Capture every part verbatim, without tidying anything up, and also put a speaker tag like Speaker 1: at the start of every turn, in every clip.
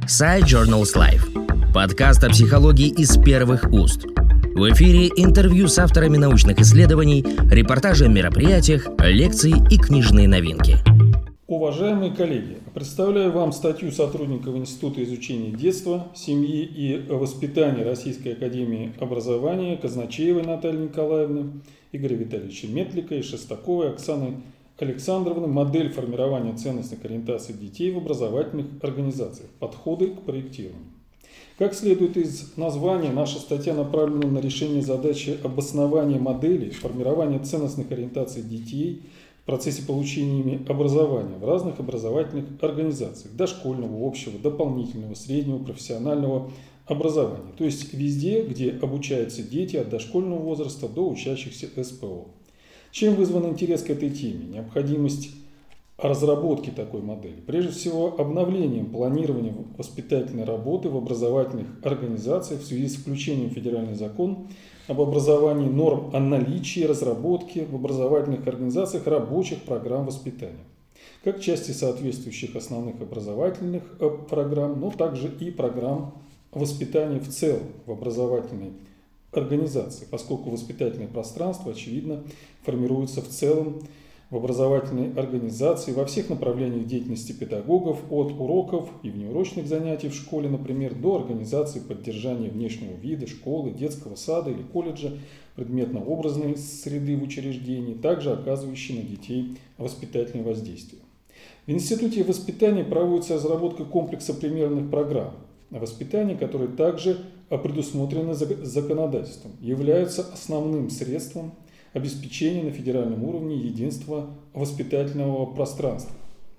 Speaker 1: Sci Journals Life. Подкаст о психологии из первых уст. В эфире интервью с авторами научных исследований, репортажи о мероприятиях, лекции и книжные новинки.
Speaker 2: Уважаемые коллеги, представляю вам статью сотрудников Института изучения детства, семьи и воспитания Российской академии образования Казначеевой Натальи Николаевны, Игоря Витальевича Метлика и Шестаковой Оксаны Александровны «Модель формирования ценностных ориентаций детей в образовательных организациях. Подходы к проектированию». Как следует из названия, наша статья направлена на решение задачи обоснования модели формирования ценностных ориентаций детей в процессе получения ими образования в разных образовательных организациях дошкольного, общего, дополнительного, среднего, профессионального образования, то есть везде, где обучаются дети от дошкольного возраста до учащихся эс пэ о. Чем вызван интерес к этой теме? Необходимость разработки такой модели. Прежде всего, обновлением планирования воспитательной работы в образовательных организациях в связи с включением в федеральный закон об образовании норм о наличии разработки в образовательных организациях рабочих программ воспитания, как части соответствующих основных образовательных программ, но также и программ воспитания в целом в образовательной организации, поскольку воспитательное пространство, очевидно, формируется в целом в образовательной организации во всех направлениях деятельности педагогов, от уроков и внеурочных занятий в школе, например, до организации поддержания внешнего вида школы, детского сада или колледжа, предметно-образной среды в учреждении, также оказывающей на детей воспитательное воздействие. В Институте воспитания проводится разработка комплекса примерных программ воспитания, которые также предусмотрены законодательством, являются основным средством обеспечения на федеральном уровне единства воспитательного пространства.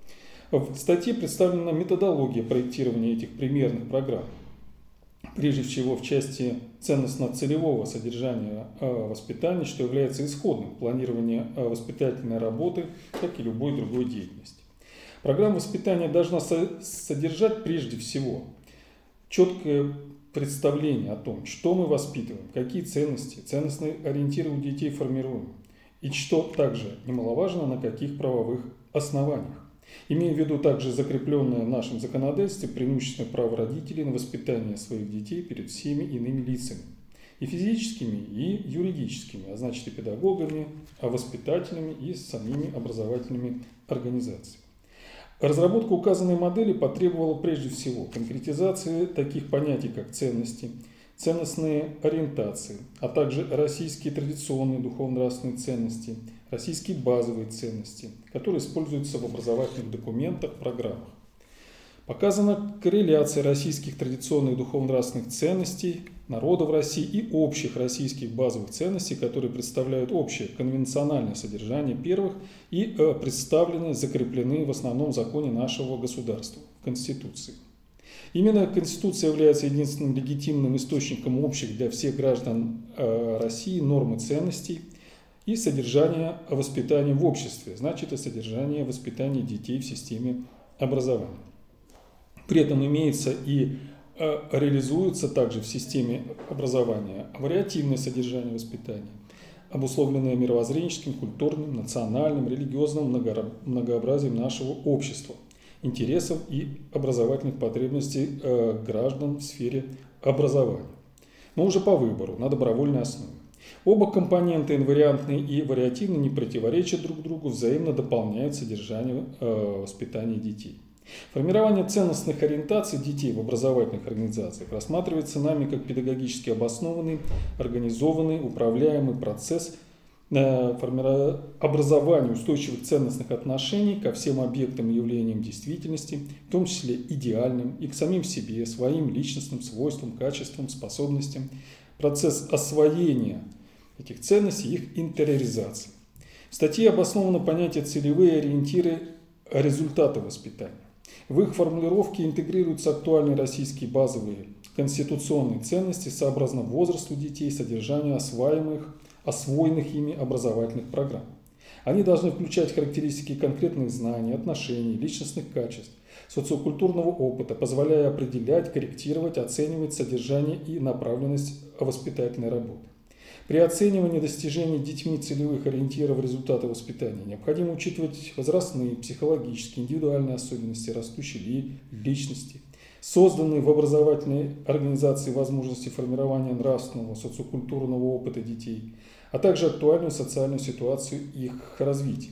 Speaker 2: В статье представлена методология проектирования этих примерных программ. Прежде всего в части ценностно-целевого содержания воспитания, что является исходным планирования воспитательной работы, как и любой другой деятельности. Программа воспитания должна содержать прежде всего четкое представление о том, что мы воспитываем, какие ценности, ценностные ориентиры у детей формируем, и что также немаловажно, на каких правовых основаниях. Имея в виду также закрепленное в нашем законодательстве преимущественное право родителей на воспитание своих детей перед всеми иными лицами, и физическими, и юридическими, а значит и педагогами, а воспитателями и самими образовательными организациями. Разработка указанной модели потребовала прежде всего конкретизации таких понятий, как ценности, ценностные ориентации, а также российские традиционные духовно-нравственные ценности, российские базовые ценности, которые используются в образовательных документах, программах. Показана корреляция российских традиционных духовно-нравственных ценностей народов России и общих российских базовых ценностей, которые представляют общее конвенциональное содержание первых и представлены, закреплены в основном законе нашего государства, Конституции. Именно Конституция является единственным легитимным источником общих для всех граждан России норм и ценностей и содержания воспитания в обществе, значит и содержание воспитания детей в системе образования. При этом имеется и реализуется также в системе образования вариативное содержание воспитания, обусловленное мировоззренческим, культурным, национальным, религиозным многообразием нашего общества, интересов и образовательных потребностей граждан в сфере образования, но уже по выбору, на добровольной основе. Оба компонента, инвариантный и вариативный, не противоречат друг другу, взаимно дополняют содержание воспитания детей. Формирование ценностных ориентаций детей в образовательных организациях рассматривается нами как педагогически обоснованный, организованный, управляемый процесс образования устойчивых ценностных отношений ко всем объектам и явлениям действительности, в том числе идеальным, и к самим себе, своим личностным свойствам, качествам, способностям, процесс освоения этих ценностей и их интериоризации. В статье обосновано понятие «целевые ориентиры результата воспитания». В их формулировке интегрируются актуальные российские базовые конституционные ценности сообразно возрасту детей, содержанию осваиваемых, освоенных ими образовательных программ. Они должны включать характеристики конкретных знаний, отношений, личностных качеств, социокультурного опыта, позволяя определять, корректировать, оценивать содержание и направленность воспитательной работы. При оценивании достижений детьми целевых ориентиров результата воспитания необходимо учитывать возрастные, психологические, индивидуальные особенности растущей личности, Созданы в образовательной организации возможности формирования нравственного, социокультурного опыта детей, а также актуальную социальную ситуацию их развития.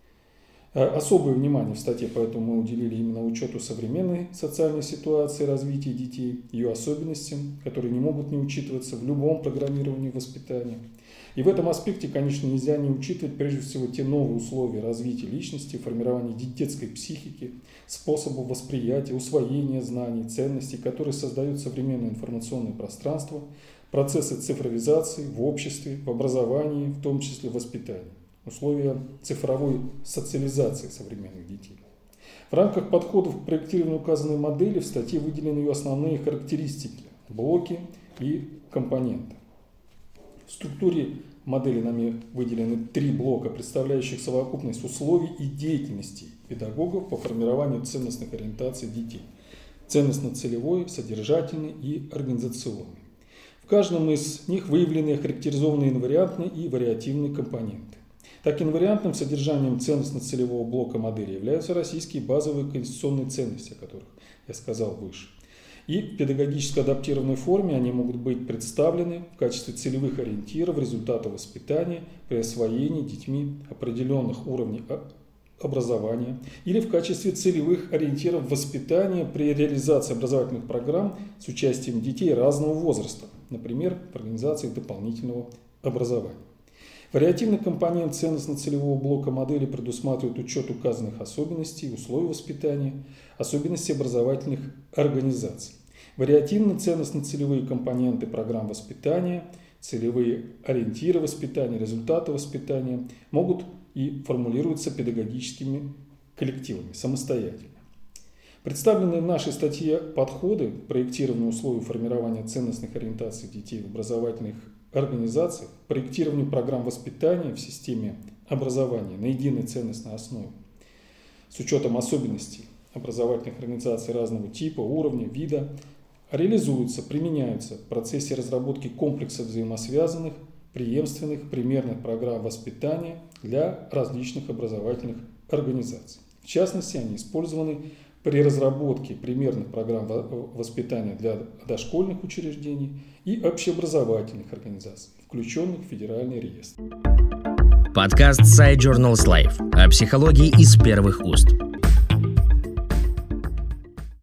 Speaker 2: Особое внимание в статье поэтому мы уделили именно учету современной социальной ситуации развития детей, ее особенностям, которые не могут не учитываться в любом программировании воспитания. И в этом аспекте, конечно, нельзя не учитывать прежде всего те новые условия развития личности, формирования детской психики, способов восприятия, усвоения знаний, ценностей, которые создают современное информационное пространство, процессы цифровизации в обществе, в образовании, в том числе в воспитании. Условия цифровой социализации современных детей. В рамках подходов к проектированию указанной модели в статье выделены ее основные характеристики, блоки и компоненты. В структуре модели нами выделены три блока, представляющих совокупность условий и деятельностей педагогов по формированию ценностных ориентаций детей. Ценностно-целевой, содержательный и организационный. В каждом из них выявлены и охарактеризованы инвариантные и вариативные компоненты. Так, инвариантным содержанием ценностно-целевого блока модели являются российские базовые конституционные ценности, о которых я сказал выше. И в педагогически адаптированной форме они могут быть представлены в качестве целевых ориентиров результата воспитания при освоении детьми определенных уровней образования или в качестве целевых ориентиров воспитания при реализации образовательных программ с участием детей разного возраста, например, в организации дополнительного образования. Вариативный компонент ценностно-целевого блока модели предусматривает учет указанных особенностей, условий воспитания, особенностей образовательных организаций. Вариативно-ценностно-целевые компоненты программ воспитания, целевые ориентиры воспитания, результаты воспитания могут и формулируются педагогическими коллективами самостоятельно. Представленные в нашей статье подходы к проектированию условий формирования ценностных ориентаций детей в образовательных организациях, проектированию программ воспитания в системе образования на единой ценностной основе с учетом особенностей образовательных организаций разного типа, уровня, вида, реализуются, применяются в процессе разработки комплекса взаимосвязанных, преемственных, примерных программ воспитания для различных образовательных организаций. В частности, они использованы при разработке примерных программ воспитания для дошкольных учреждений и общеобразовательных организаций, включенных в федеральный реестр.
Speaker 1: Подкаст Side Journals Life о психологии из первых уст.